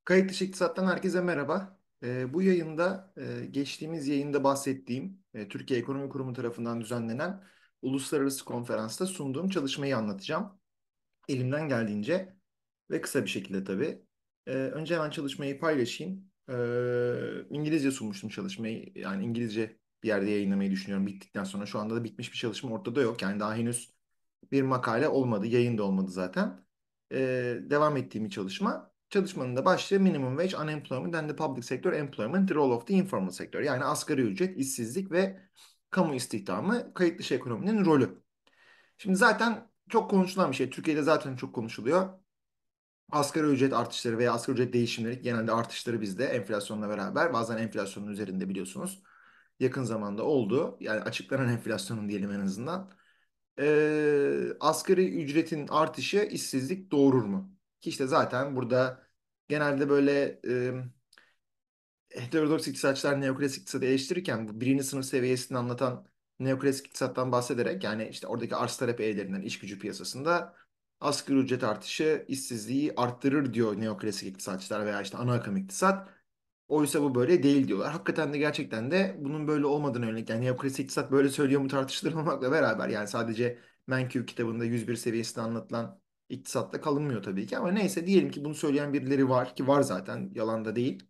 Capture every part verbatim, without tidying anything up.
Kayıt dışı iktisattan herkese merhaba. Ee, bu yayında e, geçtiğimiz yayında bahsettiğim e, Türkiye Ekonomi Kurumu tarafından düzenlenen uluslararası konferansta sunduğum çalışmayı anlatacağım. Elimden geldiğince ve kısa bir şekilde tabii. Ee, önce hemen çalışmayı paylaşayım. Ee, İngilizce sunmuştum çalışmayı. Yani İngilizce bir yerde yayınlamayı düşünüyorum bittikten sonra. Şu anda da bitmiş bir çalışma ortada yok. Yani daha henüz bir makale olmadı, yayın da olmadı zaten. Ee, devam ettiğim bir çalışma. Çalışmanın da başlığı Minimum Wage, Unemployment and the Public Sector Employment, the Role of the Informal Sector. Yani asgari ücret, işsizlik ve kamu istihdamı, kayıt dışı ekonominin rolü. Şimdi zaten çok konuşulan bir şey. Türkiye'de zaten çok konuşuluyor. Asgari ücret artışları veya asgari ücret değişimleri genelde artışları bizde enflasyonla beraber bazen enflasyonun üzerinde biliyorsunuz. Yakın zamanda oldu. Yani açıklanan enflasyonun diyelim en azından. Ee, asgari ücretin artışı işsizlik doğurur mu? Ki işte zaten burada genelde böyle e, heterodoks iktisatçılar neoklasik iktisadı eleştirirken bu birinci sınıf seviyesini anlatan neoklasik iktisattan bahsederek yani işte oradaki arz talep eğrilerinden iş gücü piyasasında asgari ücret artışı işsizliği arttırır diyor neoklasik iktisatçılar veya işte ana akım iktisat. Oysa bu böyle değil diyorlar. Hakikaten de gerçekten de bunun böyle olmadığını örnek. Yani neoklasik iktisat böyle söylüyor mu tartıştırılmakla beraber yani sadece Menkû kitabında yüz bir seviyesinde anlatılan iktisatta kalınmıyor tabii ki ama neyse diyelim ki bunu söyleyen birileri var ki var zaten yalan da değil.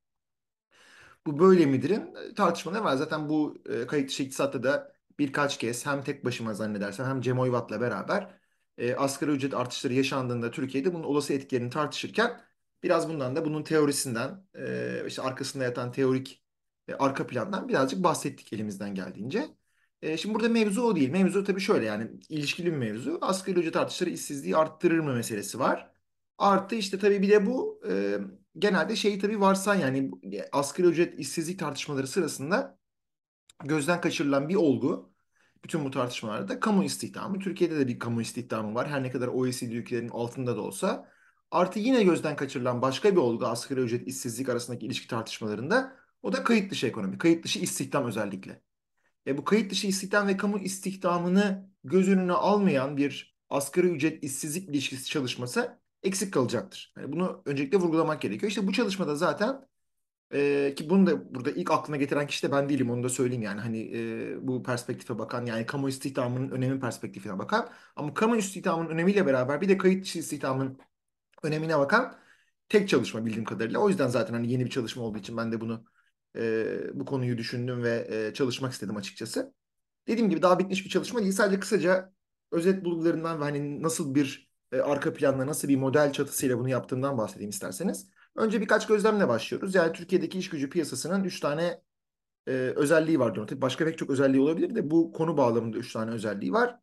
Bu böyle midir'in e, tartışmaları var. Zaten bu e, kayıt dışı iktisatta da birkaç kez hem tek başıma zannedersem hem Cem Oyvat'la beraber e, asgari ücret artışları yaşandığında Türkiye'de bunun olası etkilerini tartışırken biraz bundan da bunun teorisinden e, işte arkasında yatan teorik e, arka plandan birazcık bahsettik elimizden geldiğince. E, şimdi burada mevzu o değil. Mevzu tabii şöyle yani ilişkili bir mevzu. Asgari ücret artışları işsizliği arttırır mı meselesi var. Artı işte tabii bir de bu e, genelde şeyi tabii varsan yani asgari ücret işsizlik tartışmaları sırasında gözden kaçırılan bir olgu bütün bu tartışmalarda kamu istihdamı. Türkiye'de de bir kamu istihdamı var. Her ne kadar O E C D ülkelerinin altında da olsa. Artı yine gözden kaçırılan başka bir olgu asgari ücret işsizlik arasındaki ilişki tartışmalarında o da kayıt dışı ekonomi. Kayıt dışı istihdam özellikle. E, bu kayıt dışı istihdam ve kamu istihdamını göz önüne almayan bir asgari ücret işsizlik ilişkisi çalışması eksik kalacaktır. Yani bunu öncelikle vurgulamak gerekiyor. İşte bu çalışmada zaten e, ki bunu da burada ilk aklına getiren kişi de ben değilim onu da söyleyeyim yani hani e, bu perspektife bakan yani kamu istihdamının önemi perspektifine bakan ama kamu istihdamının önemiyle beraber bir de kayıt dışı istihdamın önemine bakan tek çalışma bildiğim kadarıyla. O yüzden zaten hani yeni bir çalışma olduğu için ben de bunu e, bu konuyu düşündüm ve e, çalışmak istedim açıkçası. Dediğim gibi daha bitmiş bir çalışma değil. Sadece kısaca özet bulgularından ve hani nasıl bir e, arka planla, nasıl bir model çatısıyla bunu yaptığımdan bahsedeyim isterseniz. Önce birkaç gözlemle başlıyoruz. Yani Türkiye'deki iş gücü piyasasının üç tane e, özelliği var diyorum. Tabii başka pek çok özelliği olabilir de bu konu bağlamında üç tane özelliği var.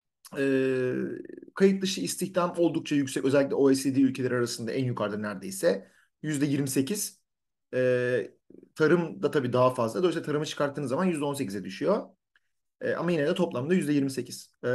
E, kayıt dışı istihdam oldukça yüksek. Özellikle O E C D ülkeleri arasında en yukarıda neredeyse. yüzde yirmi sekiz. E, tarım da tabii daha fazla. Dolayısıyla tarımı çıkarttığınız zaman yüzde on sekize düşüyor. E, ama yine de toplamda yüzde yirmi sekiz. E,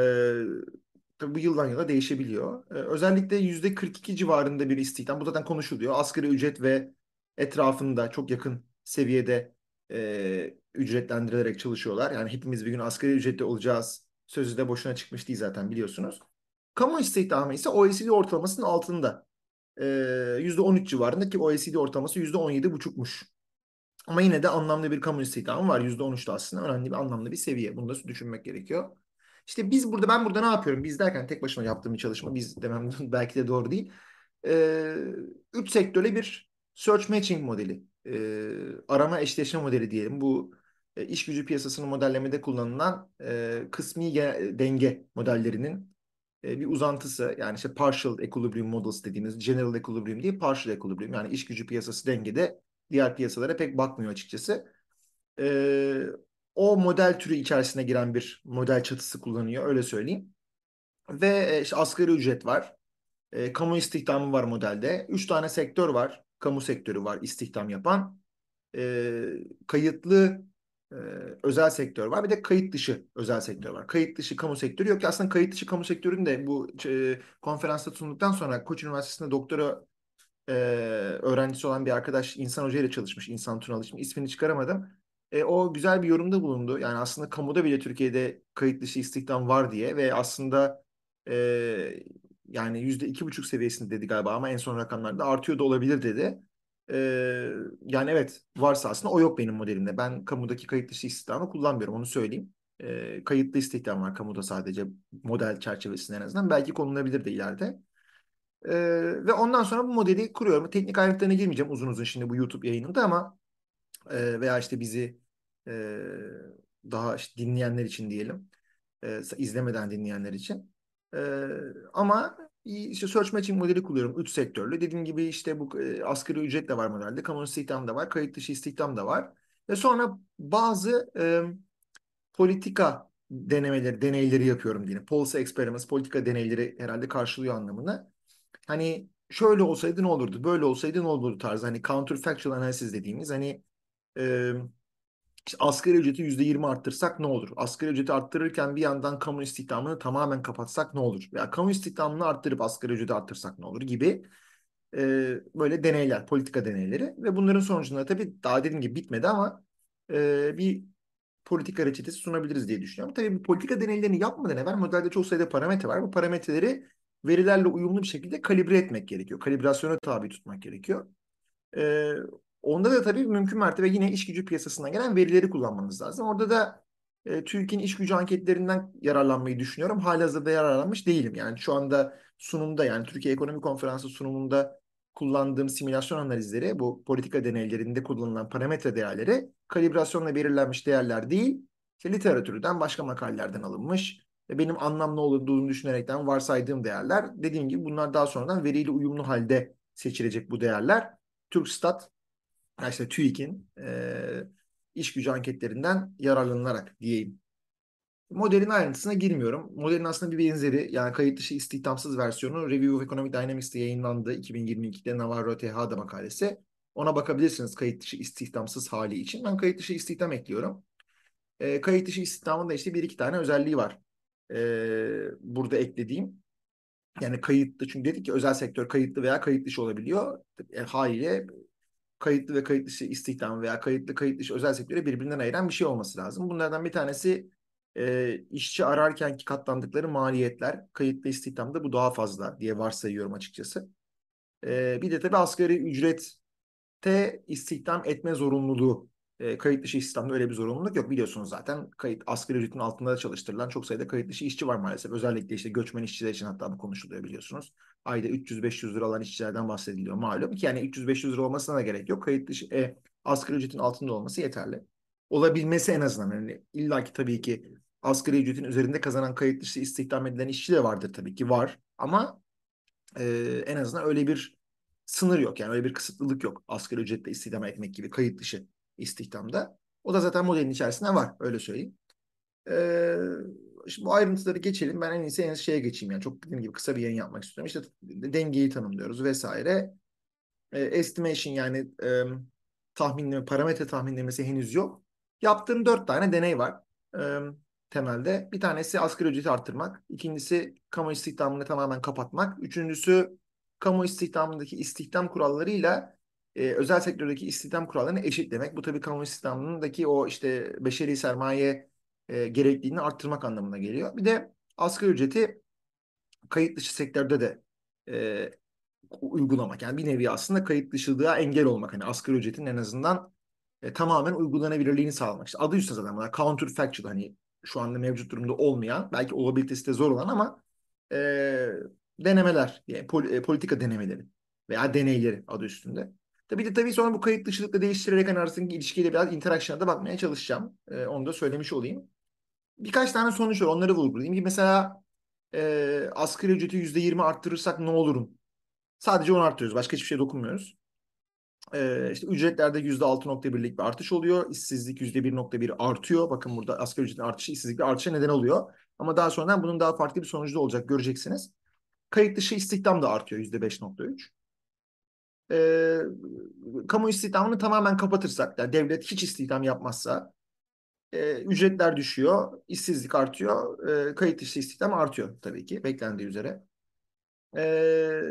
tabii bu yıldan yıla değişebiliyor. E, özellikle yüzde kırk iki civarında bir istihdam. Bu zaten konuşuluyor. Asgari ücret ve etrafında çok yakın seviyede e, ücretlendirilerek çalışıyorlar. Yani hepimiz bir gün asgari ücretli olacağız. Sözü de boşuna çıkmış değil zaten biliyorsunuz. Kamu istihdamı ise O E C D ortalamasının altında. E, yüzde on üç civarında ki O E C D ortalaması yüzde on yedi buçukmuş. Ama yine de anlamlı bir kamu istihdamı var. yüzde on üçte aslında önemli bir anlamlı bir seviye. Bunu da düşünmek gerekiyor. İşte biz burada ben burada ne yapıyorum? Biz derken tek başıma yaptığım bir çalışma. Biz demem belki de doğru değil. Ee, üç sektörle bir search matching modeli. Ee, arama eşleşme modeli diyelim. Bu e, iş gücü piyasasının modellemede kullanılan e, kısmi ge- denge modellerinin e, bir uzantısı. Yani işte partial equilibrium models dediğimiz general equilibrium değil partial equilibrium. Yani iş gücü piyasası dengede diğer piyasalara pek bakmıyor açıkçası. Ee, o model türü içerisine giren bir model çatısı kullanıyor öyle söyleyeyim. Ve e, işte asgari ücret var. E, kamu istihdamı var modelde. Üç tane sektör var. Kamu sektörü var istihdam yapan. E, kayıtlı e, özel sektör var. Bir de kayıt dışı özel sektör var. Kayıt dışı kamu sektörü yok ki aslında kayıt dışı kamu sektörünün de bu e, konferansta sunduktan sonra Koç Üniversitesi'nde doktora e, öğrencisi olan bir arkadaş İnsan Hoca ile çalışmış. İnsan Tunalı. Şimdi ismini çıkaramadım. E, o güzel bir yorumda bulundu. Yani aslında kamuda bile Türkiye'de kayıt dışı istihdam var diye ve aslında e, yani yüzde iki buçuk seviyesinde dedi galiba ama en son rakamlarda artıyor da olabilir dedi. Ee, Yani evet, varsa aslında o yok benim modelimde. Ben kamudaki kayıt dışı istihdamı kullanmıyorum, onu söyleyeyim. Ee, kayıtlı istihdam var kamuda sadece, model çerçevesinde en azından. Belki konulabilir de ileride. Ee, Ve ondan sonra bu modeli kuruyorum. Teknik ayrıntılarına girmeyeceğim uzun uzun şimdi bu YouTube yayınında ama e, veya işte bizi e, daha işte dinleyenler için diyelim. E, izlemeden dinleyenler için. E, Ama işte search matching modeli kullanıyorum. Üç sektörlü. Dediğim gibi işte bu e, asgari ücret de var modelde. Kamu istihdam da var. Kayıt dışı istihdam da var. Ve sonra bazı e, politika denemeleri, deneyleri yapıyorum diyelim. Policy experiments, politika deneyleri herhalde karşılıyor anlamını. Hani şöyle olsaydı ne olurdu, böyle olsaydı ne olurdu tarzı. Hani counterfactual analysis dediğimiz, hani e, işte asgari ücreti yüzde yirmi arttırsak ne olur? Asgari ücreti arttırırken bir yandan kamu istihdamını tamamen kapatsak ne olur? Veya kamu istihdamını arttırıp asgari ücreti arttırsak ne olur gibi e, böyle deneyler, politika deneyleri. Ve bunların sonucunda tabii daha dediğim gibi bitmedi ama e, bir politika reçetesi sunabiliriz diye düşünüyorum. Tabii bu politika deneylerini yapmadan evvel modelde çok sayıda parametre var. Bu parametreleri verilerle uyumlu bir şekilde kalibre etmek gerekiyor. Kalibrasyona tabi tutmak gerekiyor. Ee, Onda da tabii mümkün mertebe yine iş gücü piyasasından gelen verileri kullanmanız lazım. Orada da e, TÜİK'in iş gücü anketlerinden yararlanmayı düşünüyorum. Halihazırda yararlanmış değilim. Yani şu anda sunumda, yani Türkiye Ekonomi Konferansı sunumunda kullandığım simülasyon analizleri, bu politika deneylerinde kullanılan parametre değerleri kalibrasyonla belirlenmiş değerler değil, işte literatürden, başka makalelerden alınmış ve benim anlamlı olduğunu düşünerekten varsaydığım değerler. Dediğim gibi bunlar daha sonradan veriyle uyumlu halde seçilecek bu değerler. TürkStat, yani işte TÜİK'in e, iş gücü anketlerinden yararlanılarak diyeyim. Modelin ayrıntısına girmiyorum. Modelin aslında bir benzeri, yani kayıt dışı istihdamsız versiyonu Review of Economic Dynamics'te yayınlandı iki bin yirmi ikide, Navarro Tejada makalesi. Ona bakabilirsiniz kayıt dışı istihdamsız hali için. Ben kayıt dışı istihdam ekliyorum. E, kayıt dışı istihdamın da işte bir iki tane özelliği var. E, burada eklediğim. Yani kayıtlı, çünkü dedik ki özel sektör kayıtlı veya kayıt dışı olabiliyor. E, haliyle kayıtlı ve kayıt dışı istihdam veya kayıtlı kayıt dışı özel sektörü birbirinden ayıran bir şey olması lazım. Bunlardan bir tanesi e, işçi ararken ki katlandıkları maliyetler. Kayıtlı istihdamda bu daha fazla diye varsayıyorum açıkçası. E, bir de tabii asgari ücret te istihdam etme zorunluluğu. E, kayıt dışı istihdamda öyle bir zorunluluk yok. Biliyorsunuz zaten kayıt asgari ücretin altında da çalıştırılan çok sayıda kayıt dışı işçi var maalesef. Özellikle işte göçmen işçiler için hatta bu konuşuluyor, biliyorsunuz. Ayda üç yüz beş yüz lira alan işçilerden bahsediliyor malum. Ki yani üç yüz beş yüz lira olmasına da gerek yok. Kayıt dışı e, asgari ücretin altında olması yeterli. Olabilmesi en azından. Yani illa ki tabii ki asgari ücretin üzerinde kazanan kayıt dışı istihdam edilen işçi de vardır, tabii ki var. Ama ee, en azından öyle bir sınır yok. Yani öyle bir kısıtlılık yok. Asgari ücretle istihdam etmek gibi kayıt dışı istihdamda. O da zaten modelin içerisinde var. Öyle söyleyeyim. Ee, Şimdi bu ayrıntıları geçelim. Ben en iyisi en şeye geçeyim. Yani çok dediğim gibi kısa bir yayın yapmak istiyorum. İşte dengeyi tanımlıyoruz vesaire. E, estimation, yani e, tahminleme, parametre tahminlemesi henüz yok. Yaptığım dört tane deney var e, temelde. Bir tanesi asgari ücreti arttırmak. İkincisi kamu istihdamını tamamen kapatmak. Üçüncüsü kamu istihdamındaki istihdam kurallarıyla e, özel sektördeki istihdam kurallarını eşitlemek. Bu tabii kamu istihdamındaki o işte beşeri sermaye e, gerekliliğini arttırmak anlamına geliyor. Bir de asgari ücreti kayıt dışı sektörde de e, uygulamak. Yani bir nevi aslında kayıt dışılığa engel olmak. Hani asgari ücretin en azından e, tamamen uygulanabilirliğini sağlamak. İşte adı üstünde zaten bunlar counterfactual, hani şu anda mevcut durumda olmayan, belki olabilitesi de zor olan ama e, denemeler, yani pol- e, politika denemeleri veya deneyleri adı üstünde. Tabii de tabii sonra bu kayıt dışılıkla değiştirerek hani arasındaki ilişkiyle biraz interaction'a da bakmaya çalışacağım. E, onu da söylemiş olayım. Birkaç tane sonuç var, onları vurgulayayım. Ki mesela e, asgari ücreti yüzde yirmi arttırırsak ne olurum? Sadece onu arttırıyoruz. Başka hiçbir şeye dokunmuyoruz. Ee, işte ücretlerde yüzde altı nokta birlik bir artış oluyor. İşsizlik yüzde bir nokta bir artıyor. Bakın burada asgari ücretin artışı işsizlik bir artışa neden oluyor. Ama daha sonradan bunun daha farklı bir sonucu da olacak, göreceksiniz. Kayıt dışı istihdam da artıyor yüzde beş nokta üç. Ee, Kamu istihdamını tamamen kapatırsak, yani devlet hiç istihdam yapmazsa e, ücretler düşüyor, işsizlik artıyor, e, kayıt dışı istihdam artıyor tabii ki beklendiği üzere. Ee,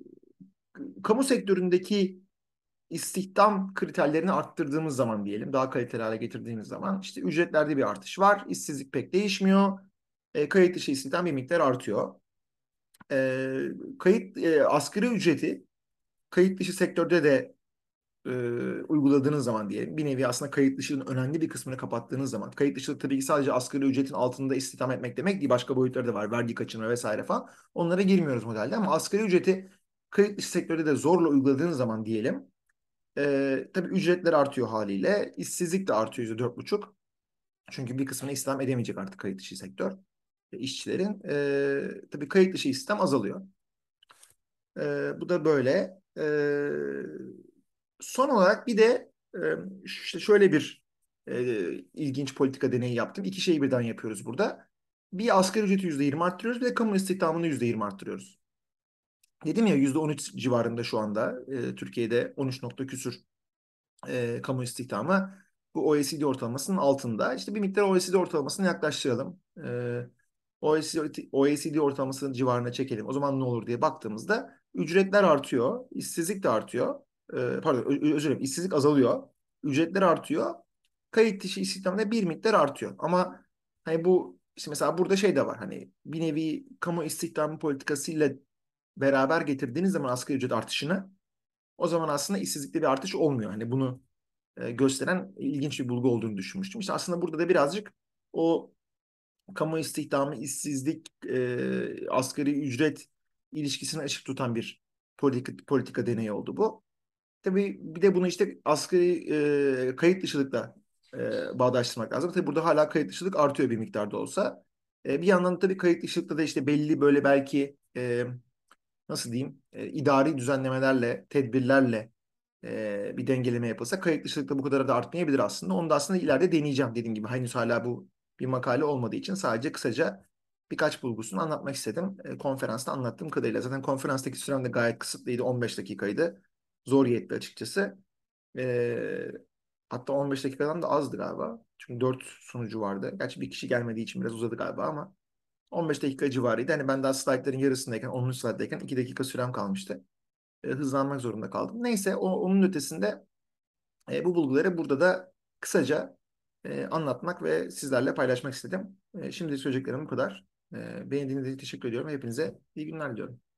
Kamu sektöründeki istihdam kriterlerini arttırdığımız zaman diyelim, daha kaliteli hale getirdiğimiz zaman işte ücretlerde bir artış var. İşsizlik pek değişmiyor. E, kayıt dışı istihdam bir miktar artıyor. E, kayıt e, asgari ücreti kayıt dışı sektörde de e, uyguladığınız zaman diyelim. Bir nevi aslında kayıt dışılığın önemli bir kısmını kapattığınız zaman. Kayıt dışılık tabii ki sadece asgari ücretin altında istihdam etmek demek değil. Başka boyutları da var. Vergi kaçırma vesaire falan. Onlara girmiyoruz modelde ama asgari ücreti kayıt dışı sektörde de zorla uyguladığınız zaman diyelim. E, tabii ücretler artıyor haliyle. İşsizlik de artıyor yüzde dört buçuk. Çünkü bir kısmını istihdam edemeyecek artık kayıt dışı sektör. E, işçilerin. E, tabii kayıt dışı istihdam azalıyor. E, bu da böyle. E, Son olarak bir de e, işte şöyle bir e, ilginç politika deneyi yaptım. İki şeyi birden yapıyoruz burada. Bir asgari ücreti yüzde yirmi arttırıyoruz, bir de kamu istihdamını yüzde yirmi arttırıyoruz. Dedim ya yüzde on üç civarında şu anda e, Türkiye'de on üç nokta küsür e, kamu istihdamı bu O E C D ortalamasının altında. İşte bir miktar O E C D ortalamasına yaklaştıralım. E, O E C D, O E C D ortalamasının civarına çekelim. O zaman ne olur diye baktığımızda ücretler artıyor, işsizlik de artıyor. E, pardon, ö- özür dilerim, işsizlik azalıyor. Ücretler artıyor. Kayıt dışı istihdamda bir miktar artıyor. Ama hani bu işte mesela burada şey de var. Hani bir nevi kamu istihdamı politikasıyla beraber getirdiğiniz zaman asgari ücret artışını o zaman aslında işsizlikte bir artış olmuyor. Hani bunu e, gösteren ilginç bir bulgu olduğunu düşünmüştüm. İşte aslında burada da birazcık o kamu istihdamı, işsizlik, e, asgari ücret ilişkisini açık tutan bir politika, politika deneyi oldu bu. Tabii bir de bunu işte asgari e, kayıt dışılıkla e, bağdaştırmak lazım. Tabii burada hala kayıt dışılık artıyor bir miktarda olsa. E, bir yandan tabii kayıt dışılıkta da işte belli böyle belki e, nasıl diyeyim e, idari düzenlemelerle, tedbirlerle e, bir dengeleme yapılsa kayıt dışılık da bu kadar da artmayabilir aslında. Onu da aslında ileride deneyeceğim dediğim gibi. Henüz hala bu bir makale olmadığı için sadece kısaca birkaç bulgusunu anlatmak istedim. E, konferansta anlattığım kadarıyla. Zaten konferanstaki sürem de gayet kısıtlıydı. on beş dakikaydı. Zor yetti açıkçası. E, Hatta on beş dakikadan da azdı galiba. Çünkü dört sunucu vardı. Gerçi bir kişi gelmediği için biraz uzadı galiba ama on beş dakika civarıydı. Hani ben daha slaytların yarısındayken, onuncu slayttayken iki dakika sürem kalmıştı. E, hızlanmak zorunda kaldım. Neyse o, onun ötesinde e, bu bulguları burada da kısaca e, anlatmak ve sizlerle paylaşmak istedim. E, şimdi söyleyeceklerim bu kadar. E, beğendiğiniz için teşekkür ediyorum. Hepinize iyi günler diliyorum.